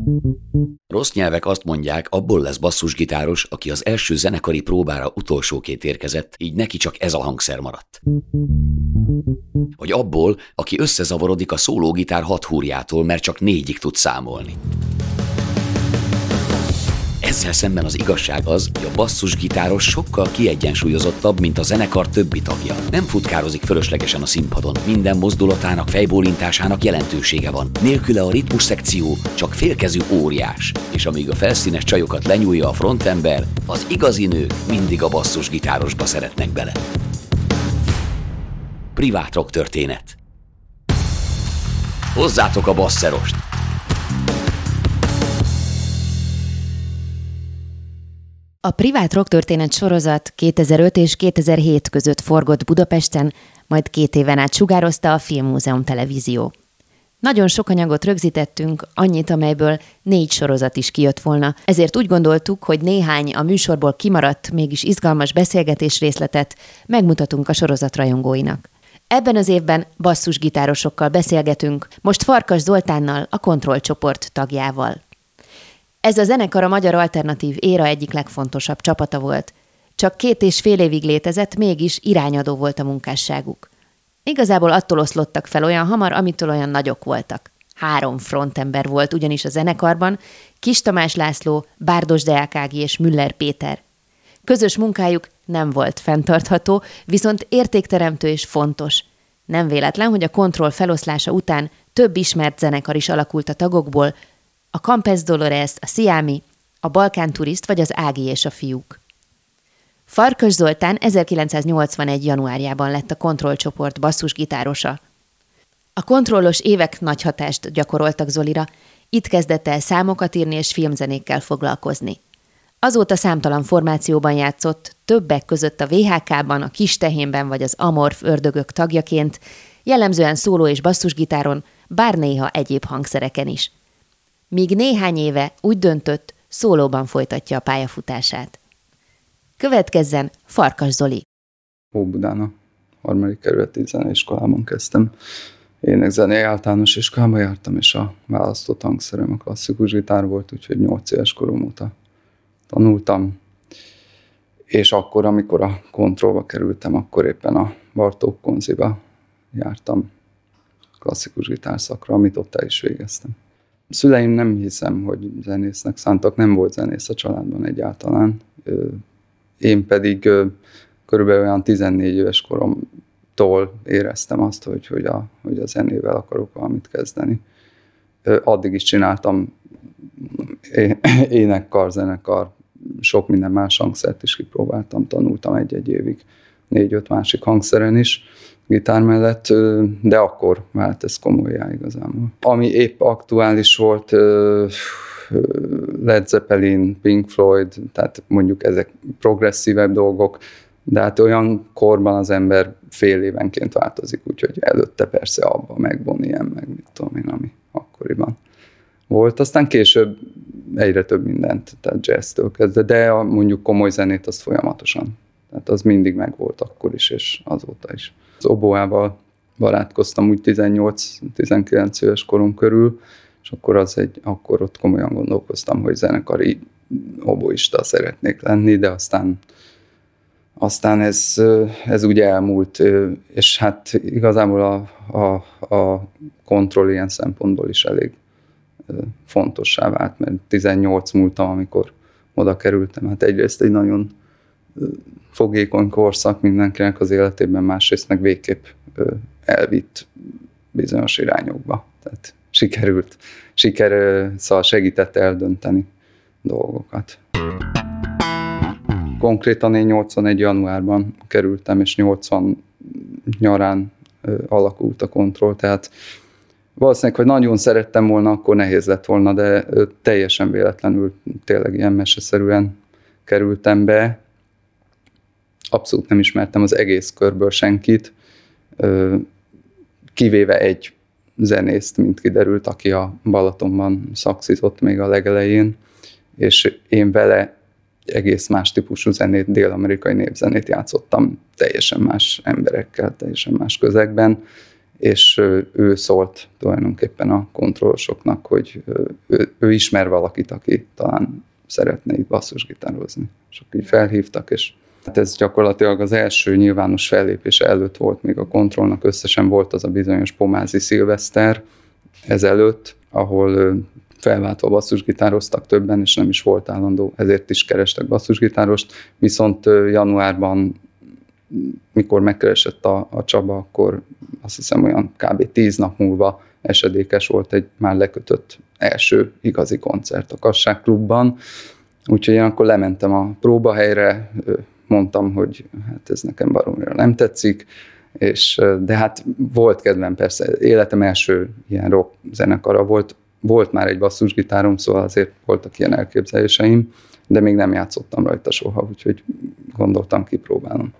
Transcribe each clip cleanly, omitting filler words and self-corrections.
Rossz nyelvek azt mondják, abból lesz basszusgitáros, aki az első zenekari próbára utolsóként érkezett, így neki csak ez a hangszer maradt. Vagy abból, aki összezavarodik a szólógitár 6 húrjától, mert csak 4-ig tud számolni. Ezzel szemben az igazság az, hogy a basszusgitáros sokkal kiegyensúlyozottabb, mint a zenekar többi tagja. Nem futkározik fölöslegesen a színpadon, minden mozdulatának, fejbólintásának jelentősége van. Nélküle a ritmus szekció csak félkezű óriás, és amíg a felszínes csajokat lenyúlja a frontember, az igazi nők mindig a basszusgitárosba szeretnek bele. Privát rock történet. Hozzátok a basszerost! A Privát Rock Történet sorozat 2005 és 2007 között forgott Budapesten, majd 2 éven át sugározta a Filmmúzeum Televízió. Nagyon sok anyagot rögzítettünk, annyit, amelyből 4 sorozat is kijött volna, ezért úgy gondoltuk, hogy néhány a műsorból kimaradt, mégis izgalmas beszélgetés részletet megmutatunk a sorozat rajongóinak. Ebben az évben basszusgitárosokkal beszélgetünk, most Farkas Zoltánnal, a Kontroll csoport tagjával. Ez a zenekar a magyar alternatív éra egyik legfontosabb csapata volt. Csak 2,5 évig létezett, mégis irányadó volt a munkásságuk. Igazából attól oszlottak fel olyan hamar, amitől olyan nagyok voltak. 3 frontember volt ugyanis a zenekarban, Kis Tamás László, Bárdos Deák Ági és Müller Péter. Közös munkájuk nem volt fenntartható, viszont értékteremtő és fontos. Nem véletlen, hogy a Kontroll feloszlása után több ismert zenekar is alakult a tagokból, a Campes Dolores, a Sziámi, a Balkán Turist vagy az Ági és a fiúk. Farkas Zoltán 1981. januárjában lett a Kontroll csoport basszusgitárosa. A kontrollos évek nagy hatást gyakoroltak Zolira, itt kezdett el számokat írni és filmzenékkel foglalkozni. Azóta számtalan formációban játszott, többek között a VHK-ban, a Kis Tehénben vagy az Amorf ördögök tagjaként, jellemzően szóló és basszusgitáron, bár néha egyéb hangszereken is. Míg néhány éve úgy döntött, szólóban folytatja a pályafutását. Következzen Farkas Zoli. Óbudán a 3. kerületi zeneiskolában kezdtem. Énekzenei általános iskolába jártam, és a választott hangszerem a klasszikus gitár volt, úgyhogy 8 éves korom óta tanultam. És akkor, amikor a Kontrollba kerültem, akkor éppen a Bartók Konziba jártam klasszikus gitárszakra, amit ott el is végeztem. Szüleim nem hiszem, hogy zenésznek szántak, nem volt zenész a családban egyáltalán. Én pedig körülbelül olyan 14 éves koromtól éreztem azt, hogy a zenével akarok valamit kezdeni. Addig is csináltam énekkar, zenekar, sok minden más hangszert is kipróbáltam, tanultam 1 évig 4-5 másik hangszeren is, gitár mellett, de akkor vált ez komolyá igazából. Ami épp aktuális volt, Led Zeppelin, Pink Floyd, tehát mondjuk ezek progresszívebb dolgok, de hát olyan korban az ember fél évenként változik, úgyhogy előtte persze abba, meg Bonnie M, meg mit tudom én, ami akkoriban volt. Aztán később egyre több mindent, tehát jazztől kezdve, de mondjuk komoly zenét azt folyamatosan. Tehát az mindig megvolt akkor is, és azóta is. Az oboával barátkoztam úgy 18-19 éves korom körül, és akkor ott komolyan gondolkoztam, hogy zenekari oboista szeretnék lenni, de aztán ez ugye elmúlt, és hát igazából a Kontroll ilyen szempontból is elég fontossá vált, mert 18 múltam, amikor oda kerültem. Hát egyrészt egy nagyon fogékony korszak mindenkinek az életében, másrészt meg végképp elvitt bizonyos irányokba. Tehát szóval segített eldönteni dolgokat. Konkrétan én 81. januárban kerültem, és 80 nyarán alakult a Kontroll, tehát valószínűleg, hogy nagyon szerettem volna, akkor nehéz lett volna, de teljesen véletlenül, tényleg ilyen meseszerűen kerültem be. Abszolút nem ismertem az egész körből senkit, kivéve egy zenészt, mint kiderült, aki a Balatonban szaxizott még a legelején, és én vele egész más típusú zenét, dél-amerikai népzenét játszottam, teljesen más emberekkel, teljesen más közegben, és ő szólt tulajdonképpen a kontrollosoknak, hogy ő ismer valakit, aki talán szeretne itt basszusgitározni. És akkor így felhívtak, és hát ez gyakorlatilag az első nyilvános fellépése előtt volt még a kontrollnak, összesen volt az a bizonyos pomázi szilveszter ezelőtt, ahol felváltva basszusgitároztak többen, és nem is volt állandó, ezért is kerestek basszusgitárost, viszont januárban, mikor megkeresett a Csaba, akkor azt hiszem olyan kb. 10 nap múlva esedékes volt egy már lekötött első igazi koncert a Kasság klubban, úgyhogy én akkor lementem a próbahelyre, mondtam, hogy hát ez nekem baromira nem tetszik, de hát volt kedvem persze, életem első ilyen rock zenekara volt már egy basszusgitárom, szóval azért voltak ilyen elképzeléseim, de még nem játszottam rajta soha, úgyhogy gondoltam, kipróbálom.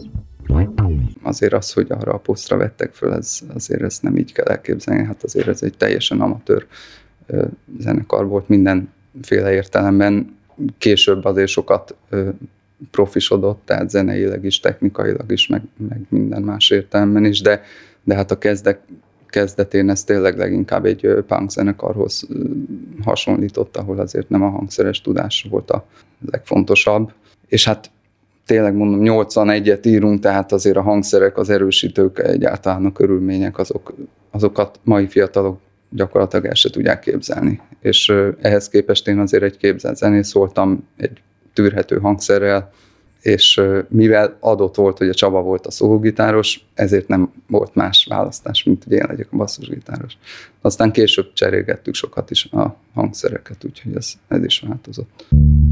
Azért az, hogy arra a posztra vettek föl, azért ezt nem így kell elképzelni, hát azért ez egy teljesen amatőr zenekar volt mindenféle értelemben, később azért sokat profisodott, tehát zeneileg is, technikailag is, meg minden más értelemben is, de hát a kezdetén ez tényleg leginkább egy punk zenekarhoz hasonlított, ahol azért nem a hangszeres tudás volt a legfontosabb. És hát tényleg mondom, 81-et írunk, tehát azért a hangszerek, az erősítők, egyáltalán a körülmények, azokat mai fiatalok gyakorlatilag el se tudják képzelni. És ehhez képest én azért egy képzelt zenész voltam, egy tűrhető hangszerrel, és mivel adott volt, hogy a Csaba volt a szólógitáros, ezért nem volt más választás, mint hogy én legyek a basszusgitáros. Aztán később cserélgettük sokat is a hangszereket, úgyhogy ez is változott.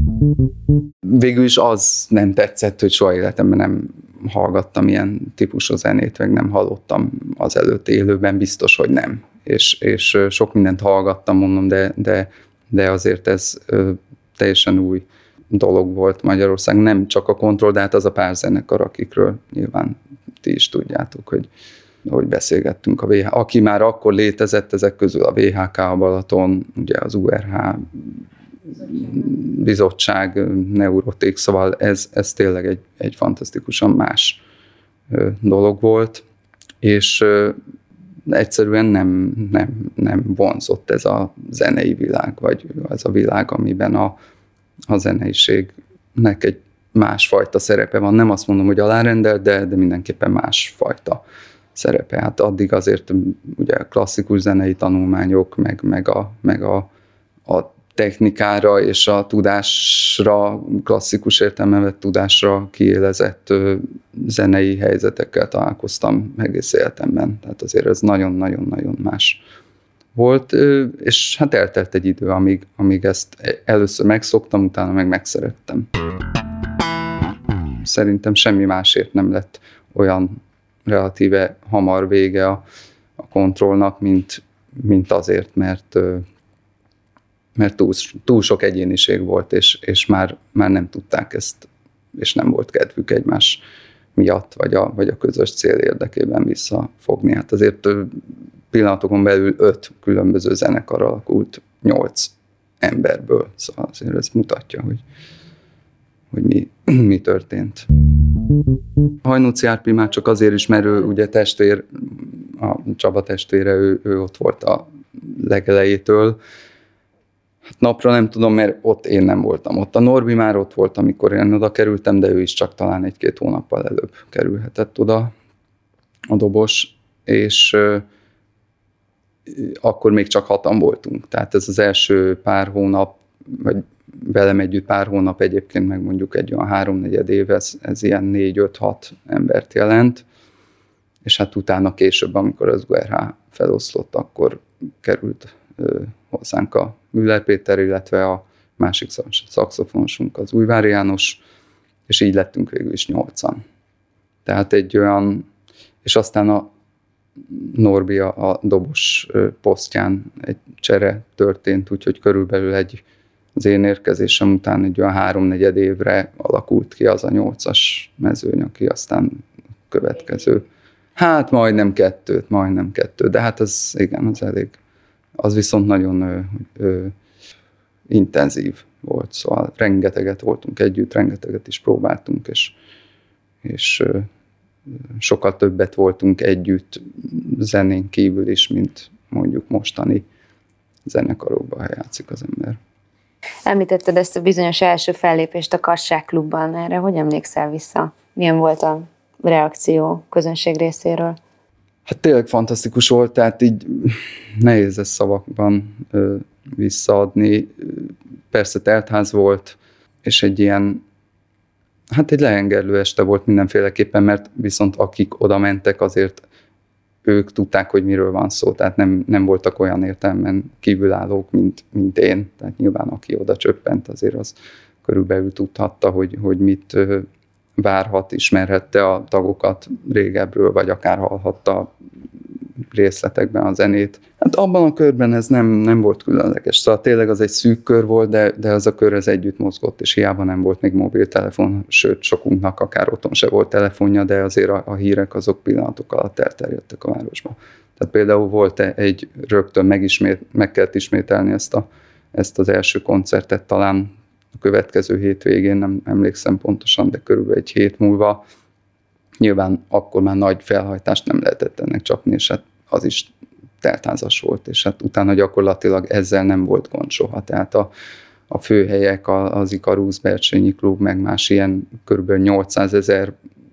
Végül is az nem tetszett, hogy soha életemben nem hallgattam ilyen típusú zenét, meg nem hallottam azelőtt élőben, biztos, hogy nem. És sok mindent hallgattam, mondom, de azért ez teljesen új dolog volt Magyarország, nem csak a Kontroll, de hát az a pár zenekar, akikről nyilván ti is tudjátok, hogy beszélgettünk a VHK. Aki már akkor létezett, ezek közül a VHK, a Balaton, ugye az URH bizottság, Neuroték, szóval ez tényleg egy fantasztikusan más dolog volt, és egyszerűen nem vonzott ez a zenei világ, vagy az a világ, amiben a zeneiségnek egy másfajta szerepe van. Nem azt mondom, hogy alárendelt, de mindenképpen másfajta szerepe. Hát addig azért ugye klasszikus zenei tanulmányok, meg a technikára és a tudásra, klasszikus értelemben vett tudásra kiélezett zenei helyzetekkel találkoztam egész életemben. Tehát azért ez nagyon-nagyon-nagyon más volt, és hát eltelt egy idő, amíg ezt először megszoktam, utána meg megszerettem. Szerintem semmi másért nem lett olyan relatíve hamar vége a Kontrollnak, mint azért, mert túl sok egyéniség volt, és már nem tudták ezt, és nem volt kedvük egymás miatt, vagy a közös cél érdekében visszafogni. Hát azért pillanatokon belül 5 különböző zenekar alakult 8 emberből, szóval azért ez mutatja, hogy mi történt. Hajnóci Árpi már csak azért is, mert ő ugye testvér, a Csaba testvére, ő ott volt a legelejétől. Hát napra nem tudom, mert ott én nem voltam. Ott a Norbi már ott volt, amikor én oda kerültem, de ő is csak talán 1-2 hónappal előbb kerülhetett oda, a dobos, és akkor még csak 6-an voltunk. Tehát ez az első pár hónap, vagy velem együtt pár hónap, egyébként meg mondjuk egy olyan 3-4 év, ez ilyen 4-5-6 embert jelent, és hát utána később, amikor az URH feloszlott, akkor került hozzánk a Müller Péter, illetve a másik szaxofonosunk, az Újvári János, és így lettünk végül is 8-an. Tehát egy olyan, és aztán a Norbi a dobos posztján egy csere történt, úgyhogy körülbelül az én érkezésem után egy olyan 3-4 évre alakult ki az a 8-as mezőny, aki aztán következő. Hát majdnem kettő, de hát az igen, az elég. Az viszont nagyon intenzív volt, szóval rengeteget voltunk együtt, rengeteget is próbáltunk, és sokkal többet voltunk együtt zenén kívül is, mint mondjuk mostani zenekarokban, ha játszik az ember. Említetted ezt a bizonyos első fellépést a Kasság Klubban. Erre hogy emlékszel vissza? Milyen volt a reakció közönség részéről? Hát tényleg fantasztikus volt, tehát így nehéz ezt szavakban visszaadni. Persze teltház volt, és egy ilyen, hát egy lehengerlő este volt mindenféleképpen, mert viszont akik oda mentek, azért ők tudták, hogy miről van szó, tehát nem voltak olyan értelemben kívülállók, mint én. Tehát nyilván aki oda csöppent, azért az körülbelül tudhatta, hogy mit várhat, ismerhette a tagokat régebbről, vagy akár hallhatta részletekben a zenét. Hát abban a körben ez nem volt különleges. Szóval tényleg az egy szűk kör volt, de az a kör ez együtt mozgott, és hiába nem volt még mobiltelefon, sőt, sokunknak akár otthon se volt telefonja, de azért a hírek azok pillanatok alatt elterjedtek a városba. Tehát például volt rögtön meg kellett ismételni ezt az első koncertet, talán a következő hétvégén, nem emlékszem pontosan, de körülbelül egy hét múlva. Nyilván akkor már nagy felhajtást nem lehetett ennek csapni, és hát az is teltházas volt, és hát utána gyakorlatilag ezzel nem volt gond soha. Tehát a főhelyek, az Ikarusz, Bercsényi Klub, meg más ilyen kb. 800 000,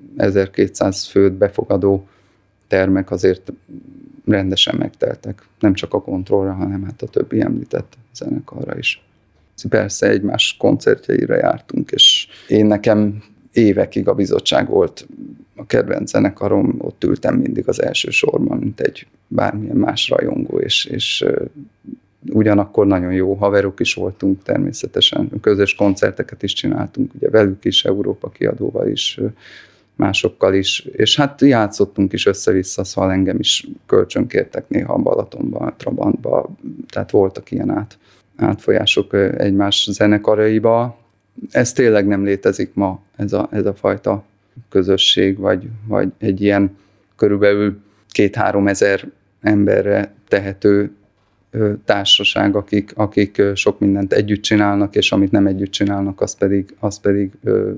1200 főt befogadó termek azért rendesen megteltek. Nem csak a Kontrollra, hanem hát a többi említett zenekarra is. Persze egymás koncertjeire jártunk, és nekem évekig a Bizottság volt a kedvenc zenekarom, ott ültem mindig az első sorban, mint egy bármilyen más rajongó, és ugyanakkor nagyon jó haverok is voltunk természetesen, közös koncerteket is csináltunk, ugye velük is, Európa Kiadóval is, másokkal is, és hát játszottunk is össze-vissza, szóval engem is kölcsönkértek néha a Balatonba, Trabantba, tehát voltak ilyen átfolyások egymás zenekaraiba. Ez tényleg nem létezik ma, ez a fajta közösség, vagy egy ilyen körülbelül 2-3 ezer emberre tehető társaság, akik sok mindent együtt csinálnak, és amit nem együtt csinálnak, azt pedig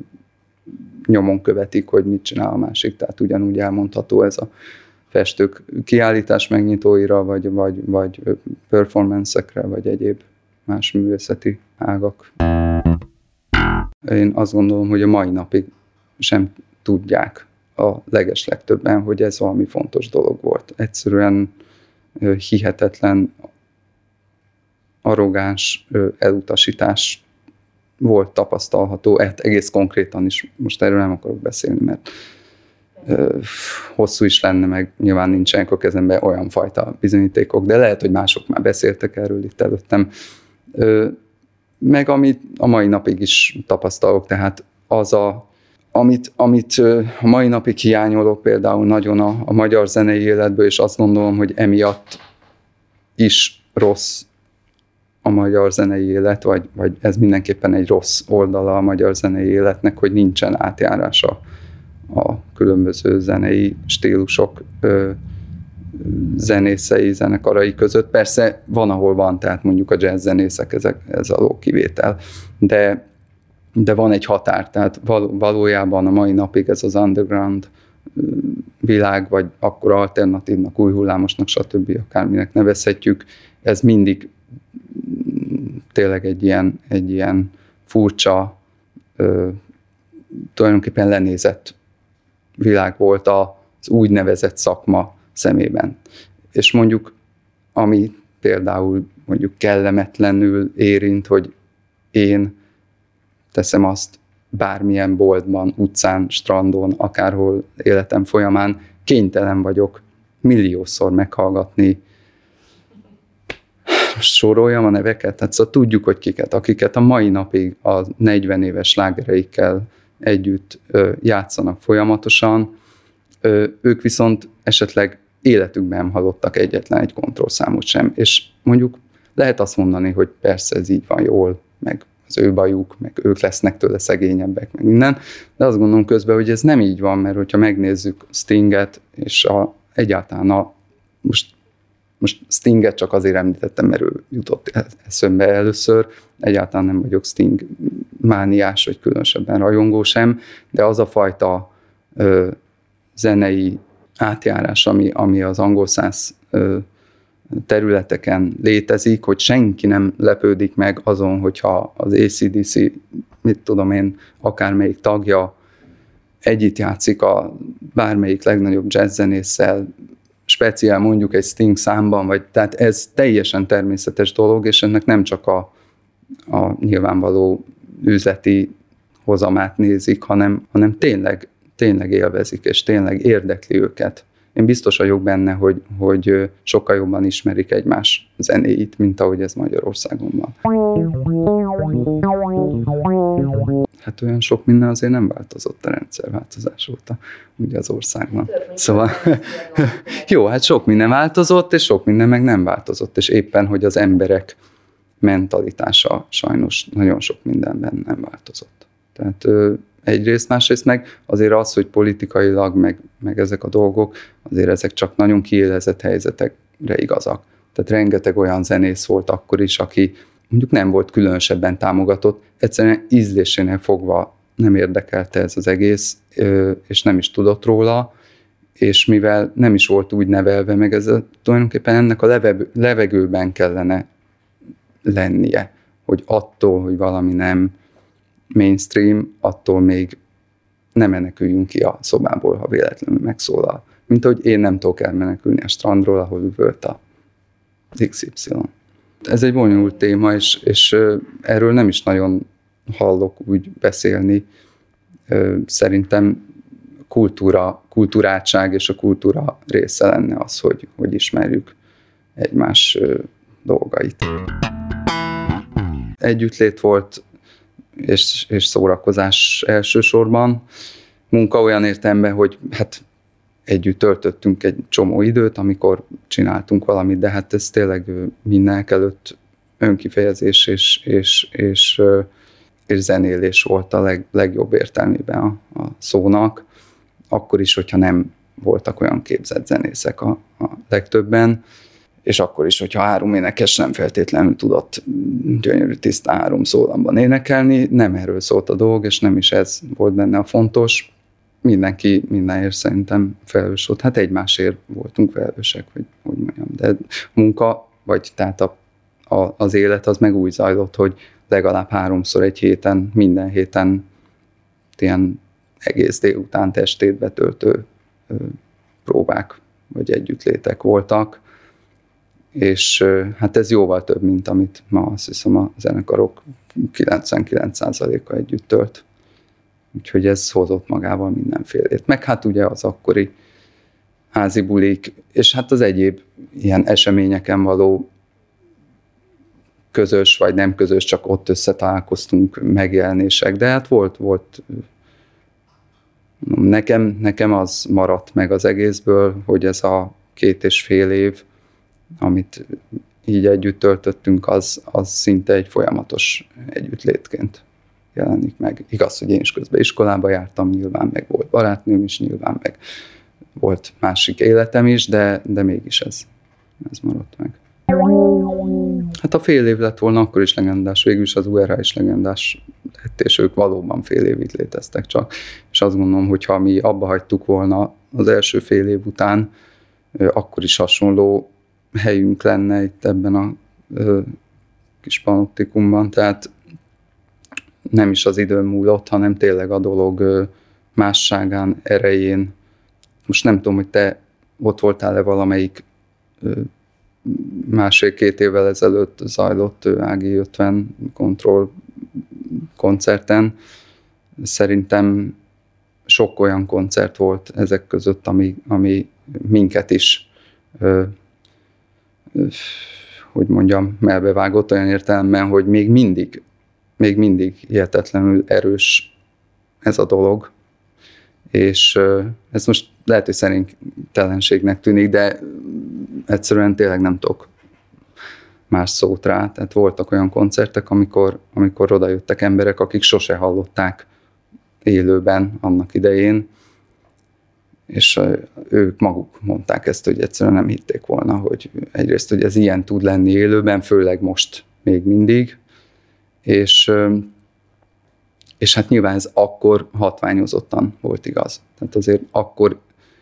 nyomon követik, hogy mit csinál a másik. Tehát ugyanúgy elmondható ez a festők kiállítás megnyitóira, vagy performance-ekre, vagy egyéb más művészeti ágak. Én azt gondolom, hogy a mai napig sem tudják a legeslegtöbben, hogy ez valami fontos dolog volt. Egyszerűen hihetetlen, arrogáns elutasítás volt tapasztalható, egész konkrétan is. Most erről nem akarok beszélni, mert hosszú is lenne, meg nyilván nincsenek a kezemben olyan fajta bizonyítékok, de lehet, hogy mások már beszéltek erről itt előttem. Meg amit a mai napig is tapasztalok, tehát amit a mai napig hiányolok például nagyon a magyar zenei életből, és azt gondolom, hogy emiatt is rossz a magyar zenei élet, vagy ez mindenképpen egy rossz oldala a magyar zenei életnek, hogy nincsen átjárása a különböző zenei stílusok zenészei, zenekarai között. Persze van, ahol van, tehát mondjuk a jazz zenészek, ez alól kivétel, de van egy határ, tehát valójában a mai napig ez az underground világ, vagy akkor alternatívnak, új hullámosnak, stb. Akárminek nevezhetjük, ez mindig tényleg egy ilyen furcsa, tulajdonképpen lenézett világ volt az úgynevezett szakma szemében. És mondjuk, ami például mondjuk kellemetlenül érint, hogy én teszem azt bármilyen boltban, utcán, strandon, akárhol életem folyamán, kénytelen vagyok milliószor meghallgatni. Soroljam a neveket, tehát szóval tudjuk, hogy kiket, akiket a mai napig a 40 éves slágereikkel együtt játszanak folyamatosan, ők viszont esetleg életükben nem hallottak egyetlen egy kontrollszámot sem, és mondjuk lehet azt mondani, hogy persze ez így van jól, meg az ő bajuk, meg ők lesznek tőle szegényebbek, meg minden, de azt gondolom közben, hogy ez nem így van, mert hogyha megnézzük Stinget, és egyáltalán most Stinget csak azért említettem, mert ő jutott eszembe először, egyáltalán nem vagyok Sting mániás, vagy különösebben rajongó sem, de az a fajta zenei átjárás, ami az angol száz területeken létezik, hogy senki nem lepődik meg azon, hogyha az AC/DC, mit tudom én, akármelyik tagja együtt játszik a bármelyik legnagyobb jazzzenésszel, speciál mondjuk egy Sting számban, vagy tehát ez teljesen természetes dolog, és ennek nem csak a nyilvánvaló üzleti hozamát nézik, hanem tényleg élvezik, és tényleg érdekli őket. Én biztos vagyok benne, hogy sokkal jobban ismerik egymás zenéit, mint ahogy ez Magyarországon van. Hát olyan sok minden azért nem változott a rendszerváltozás óta, ugye az országban. Szóval jó, hát sok minden változott, és sok minden meg nem változott, és éppen, hogy az emberek mentalitása sajnos nagyon sok mindenben nem változott. Tehát egyrészt, másrészt meg azért az, hogy politikailag, meg ezek a dolgok, azért ezek csak nagyon kiélezett helyzetekre igazak. Tehát rengeteg olyan zenész volt akkor is, aki mondjuk nem volt különösebben támogatott, egyszerűen ízlésénél fogva nem érdekelte ez az egész, és nem is tudott róla, és mivel nem is volt úgy nevelve, meg ez tulajdonképpen ennek a levegőben kellene lennie, hogy attól, hogy valami nem mainstream, attól még nem meneküljünk ki a szobából, ha véletlenül megszólal. Mint ahogy én nem tudok elmenekülni a strandról, ahol üvölt a XY. Ez egy bonyolult téma, és erről nem is nagyon hallok úgy beszélni. Szerintem kulturáltság és a kultúra része lenne az, hogy ismerjük egymás dolgait. Együttlét volt, és szórakozás elsősorban. Munka olyan értelemben, hogy hát együtt töltöttünk egy csomó időt, amikor csináltunk valamit, de hát ez tényleg mindenek előtt önkifejezés és zenélés volt a legjobb értelmében a szónak. Akkor is, hogyha nem voltak olyan képzett zenészek a legtöbben, és akkor is, hogyha 3 énekes nem feltétlenül tudott gyönyörű tisztán 3 szólamban énekelni, nem erről szólt a dolog, és nem is ez volt benne a fontos. Mindenki mindenért szerintem felelős volt. Hát egymásért voltunk felelősek, hogy mondjam. De munka, vagy tehát az élet az meg úgy zajlott, hogy legalább 3-szor egy héten, minden héten ilyen egész délután estét betöltő próbák, vagy együttlétek voltak. És hát ez jóval több, mint amit ma azt hiszem a zenekarok 99%-a együtt tölt. Úgyhogy ez hozott magával mindenfélét. Meg hát ugye az akkori házi bulik, és hát az egyéb ilyen eseményeken való közös vagy nem közös, csak ott összetalálkoztunk megjelenések. De hát volt nekem az maradt meg az egészből, hogy ez a 2,5 év, amit így együtt töltöttünk, az szinte egy folyamatos együttlétként jelenik meg. Igaz, hogy én is közben iskolába jártam nyilván, meg volt barátnőm is nyilván, meg volt másik életem is, de mégis ez maradt meg. Hát a fél év lett volna akkor is legendás, végül is az URH is legendás lett, és ők valóban fél évig léteztek csak. És azt gondolom, hogy ha mi abba hagytuk volna az első fél év után, akkor is hasonló helyünk lenne itt ebben a kis panoptikumban, tehát nem is az idő múlott, hanem tényleg a dolog másságán, erején. Most nem tudom, hogy te ott voltál-e valamelyik 1,5-2 évvel ezelőtt zajlott Ági 50 Control koncerten. Szerintem sok olyan koncert volt ezek között, ami minket is hogy mondjam, melbevágott olyan értelemben, hogy még mindig hihetetlenül erős ez a dolog. És ez most lehet, hogy szerintelenségnek tűnik, de egyszerűen tényleg nem tudok más szót rá. Tehát voltak olyan koncertek, amikor odajöttek emberek, akik sose hallották élőben annak idején, és ők maguk mondták ezt, hogy egyszerűen nem hitték volna, hogy egyrészt, hogy ez ilyen tud lenni élőben, főleg most még mindig, és hát nyilván ez akkor hatványozottan volt igaz. Tehát azért akkor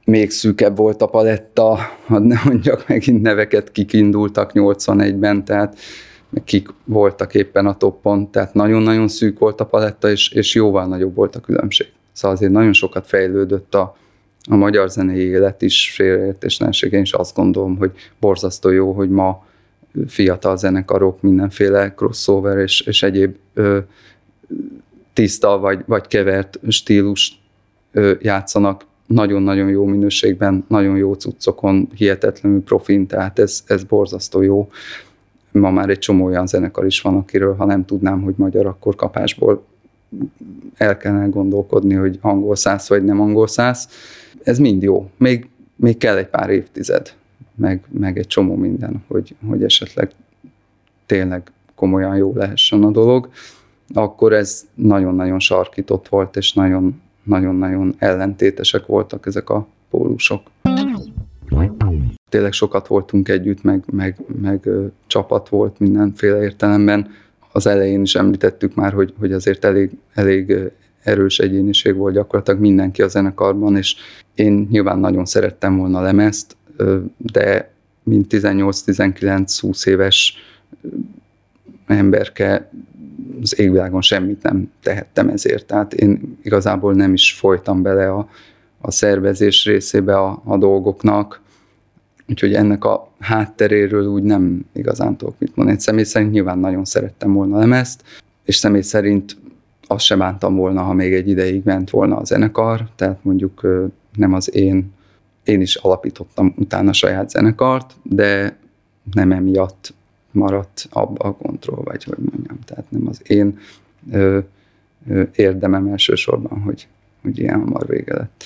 még szűkebb volt a paletta, hadd ne mondjak megint neveket, kik indultak 81-ben, tehát kik voltak éppen a toppon, tehát nagyon-nagyon szűk volt a paletta, és jóval nagyobb volt a különbség. Szóval azért nagyon sokat fejlődött a magyar zenei élet is, félreértéstelenség. Én is azt gondolom, hogy borzasztó jó, hogy ma fiatal zenekarok, mindenféle crossover és egyéb tiszta vagy kevert stílus játszanak nagyon-nagyon jó minőségben, nagyon jó cuccokon, hihetetlenül profin, tehát ez borzasztó jó. Ma már egy csomó olyan zenekar is van, akiről, ha nem tudnám, hogy magyar, akkor kapásból el kellene gondolkodni, hogy angol száz vagy nem angol száz. Ez mind jó. Még kell egy pár évtized, meg egy csomó minden, hogy esetleg tényleg komolyan jó lehessen a dolog. Akkor ez nagyon-nagyon sarkított volt, és nagyon-nagyon ellentétesek voltak ezek a pólusok. Tényleg sokat voltunk együtt, meg csapat volt mindenféle értelemben. Az elején is említettük már, hogy azért elég erős egyéniség volt gyakorlatilag mindenki a zenekarban, és én nyilván nagyon szerettem volna lemezt, de mint 18-19-20 éves emberke az égvilágon semmit nem tehettem ezért. Tehát én igazából nem is folytam bele a szervezés részébe a dolgoknak, úgyhogy ennek a hátteréről úgy nem igazán tudok mit mondani. Személy szerint nyilván nagyon szerettem volna lemezt, és személy szerint azt sem bántam volna, ha még egy ideig ment volna a zenekar, tehát mondjuk nem az én is alapítottam utána saját zenekart, de nem emiatt maradt abba a kontroll, vagy hogy mondjam, tehát nem az én érdemem elsősorban, hogy ilyen hamar vége lett.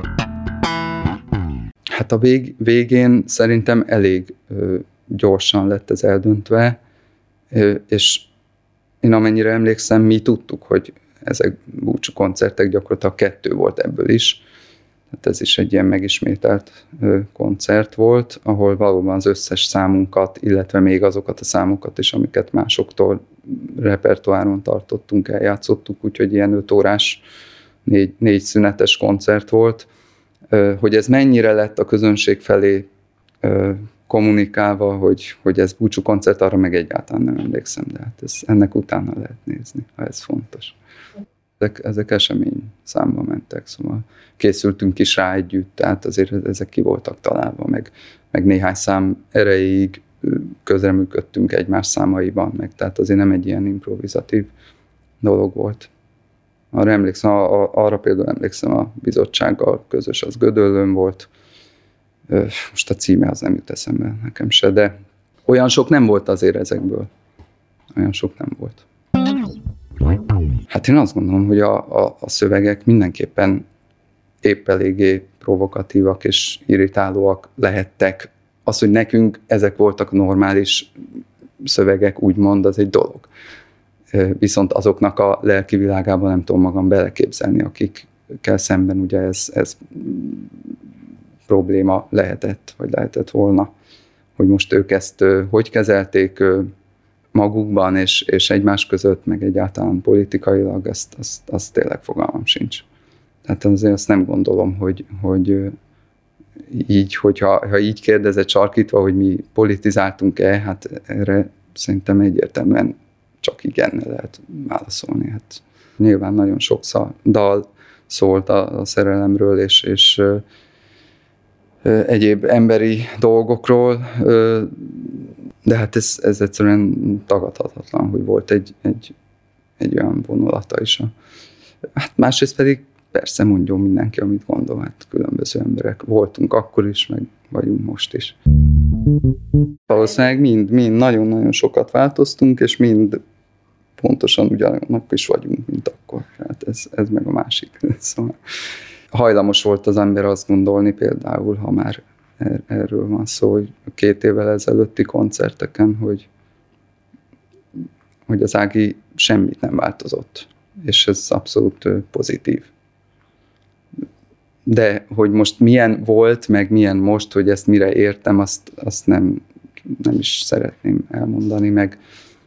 Hát a végén szerintem elég gyorsan lett ez eldöntve, és én amennyire emlékszem, mi tudtuk, hogy ezek búcsú koncertek, gyakorlatilag 2 volt ebből is. Tehát ez is egy ilyen megismételt koncert volt, ahol valóban az összes számunkat, illetve még azokat a számokat is, amiket másoktól repertoáron tartottunk, eljátszottuk, úgyhogy ilyen 5 órás, 4 szünetes koncert volt. Hogy ez mennyire lett a közönség felé kommunikálva, hogy ez búcsú koncert, arra meg egyáltalán nem emlékszem, de hát ennek utána lehet nézni, ha ez fontos. Ezek esemény számba mentek, szóval készültünk is rá együtt, tehát azért ezek ki voltak találva, meg néhány szám erejéig közreműködtünk egymás számaiban, tehát azért nem egy ilyen improvizatív dolog volt. Arra például emlékszem, a bizottsággal közös, az Gödöllőn volt. Most a címe az nem jut eszembe nekem se, de olyan sok nem volt azért ezekből. Olyan sok nem volt. Hát én azt gondolom, hogy a szövegek mindenképpen épp eléggé provokatívak és irritálóak lehettek. Az, hogy nekünk ezek voltak normális szövegek, úgymond, az egy dolog. Viszont azoknak a lelki világában nem tudom magam beleképzelni, akikkel szemben ugye ez probléma lehetett, vagy lehetett volna, hogy most ők ezt hogy kezelték magukban és egymás között, meg egyáltalán politikailag, azt tényleg fogalmam sincs. Tehát azért azt nem gondolom, hogy így, hogyha így kérdezett sarkítva, hogy mi politizáltunk-e, hát erre szerintem egyértelműen csak igennel lehet válaszolni. Hát nyilván nagyon sok dal szólt a szerelemről, és egyéb emberi dolgokról, de hát ez egyszerűen tagadhatatlan, hogy volt egy olyan vonulata is. Hát másrészt pedig persze mondjon mindenki, amit gondol, hát különböző emberek voltunk akkor is, meg vagyunk most is. Valószínűleg mind nagyon-nagyon sokat változtunk, és mind pontosan ugyanolyanok is vagyunk, mint akkor. Tehát ez meg a másik. Szóval hajlamos volt az ember azt gondolni például, ha már erről van szó, hogy 2 évvel ezelőtti koncerteken, hogy az Ági semmit nem változott. És ez abszolút pozitív. De hogy most milyen volt, meg milyen most, hogy ezt mire értem, azt nem is szeretném elmondani, meg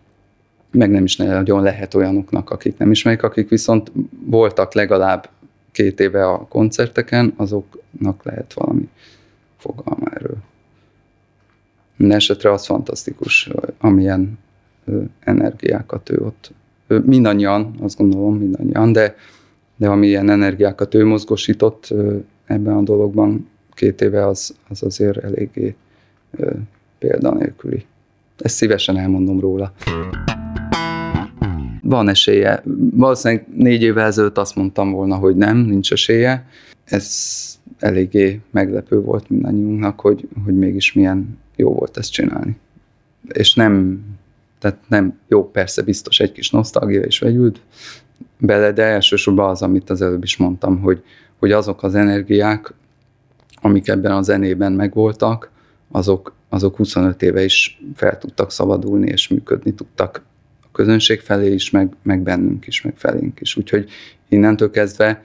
nem is nagyon lehet olyanoknak, akik nem ismerik, akik viszont voltak legalább 2 éve a koncerteken, azoknak lehet valami fogalma erről. Minden esetre az fantasztikus, amilyen energiákat ő ott, mindannyian, azt gondolom mindannyian, de amilyen energiákat ő mozgosított ebben a dologban 2 éve, az azért eléggé példanélküli. Ezt szívesen elmondom róla. Van esélye. Valószínűleg 4 évvel ezelőtt azt mondtam volna, hogy nem, nincs esélye. Ez eléggé meglepő volt mindannyiunknak, hogy mégis milyen jó volt ezt csinálni. És nem jó, persze biztos egy kis nosztalgia is vegyült bele, de elsősorban az, amit az előbb is mondtam, hogy azok az energiák, amik ebben a zenében megvoltak, azok 25 éve is fel tudtak szabadulni, és működni tudtak a közönség felé is, meg bennünk is, meg felénk is. Úgyhogy innentől kezdve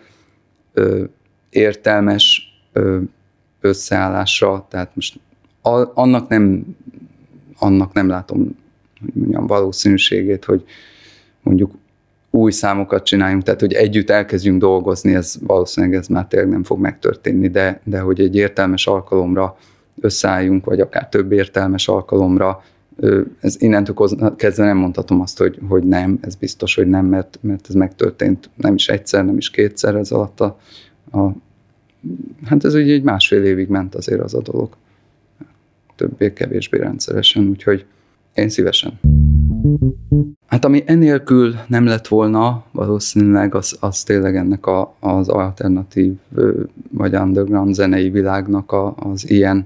értelmes összeállásra, tehát most annak nem látom, hogy mondjam, valószínűségét, hogy mondjuk új számokat csináljunk, tehát hogy együtt elkezdjünk dolgozni, valószínűleg ez már tényleg nem fog megtörténni, de hogy egy értelmes alkalomra összeálljunk, vagy akár több értelmes alkalomra, ez innentől kezdve nem mondhatom azt, hogy nem, ez biztos, hogy nem, mert ez megtörtént nem is egyszer, nem is 2-szer ez alatt hát ez ugye egy 1,5 évig ment azért az a dolog. Többé-kevésbé rendszeresen, úgyhogy én szívesen. Hát ami enélkül nem lett volna, valószínűleg az tényleg ennek az alternatív vagy underground zenei világnak az ilyen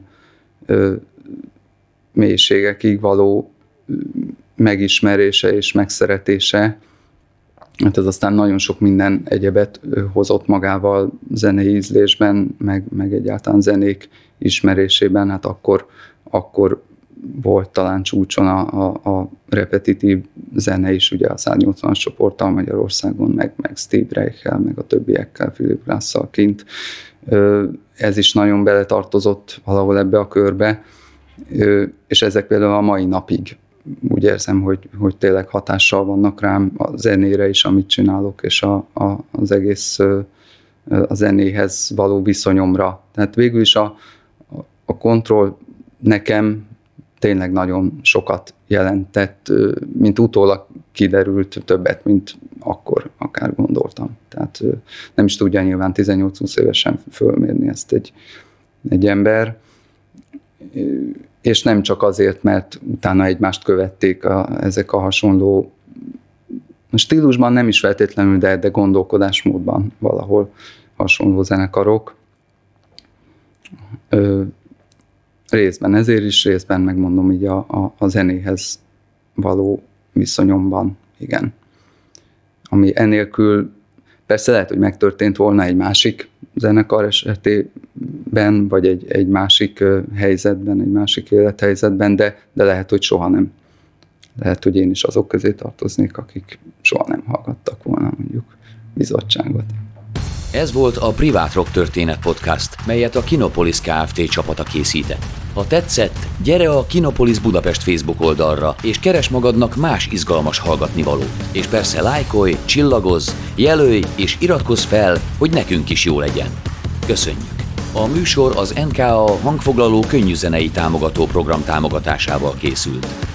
mélységekig való megismerése és megszeretése. Hát ez aztán nagyon sok minden egyebet hozott magával zenei ízlésben, meg egyáltalán zenék ismerésében. Hát akkor volt talán csúcson a repetitív zene is, ugye a 180-as csoporttal Magyarországon, meg Steve Reichel, meg a többiekkel, Philip Glass-szal kint. Ez is nagyon beletartozott valahol ebbe a körbe, és ezek például a mai napig úgy érzem, hogy tényleg hatással vannak rám a zenére is, amit csinálok, és az egész a zenéhez való viszonyomra. Tehát végül is a kontroll nekem tényleg nagyon sokat jelentett, mint utólag kiderült, többet, mint akkor akár gondoltam. Tehát nem is tudja nyilván 18-20 évesen fölmérni ezt egy ember, és nem csak azért, mert utána egymást követték ezek a hasonló stílusban, nem is feltétlenül, de gondolkodásmódban valahol hasonló zenekarok. Részben ezért is, részben megmondom így a zenéhez való viszonyomban, igen. Ami enélkül persze lehet, hogy megtörtént volna egy másik zenekar esetében, vagy egy másik helyzetben, egy másik élethelyzetben, de lehet, hogy soha nem. Lehet, hogy én is azok közé tartoznék, akik soha nem hallgattak volna mondjuk bizottságot. Ez volt a Privát Rock Történet Podcast, melyet a Kinopolis Kft. Csapata készített. Ha tetszett, gyere a Kinopolis Budapest Facebook oldalra, és keres magadnak más izgalmas hallgatnivalót. És persze lájkolj, csillagozz, jelölj és iratkozz fel, hogy nekünk is jó legyen. Köszönjük! A műsor az NKA hangfoglaló könnyűzenei támogató program támogatásával készült.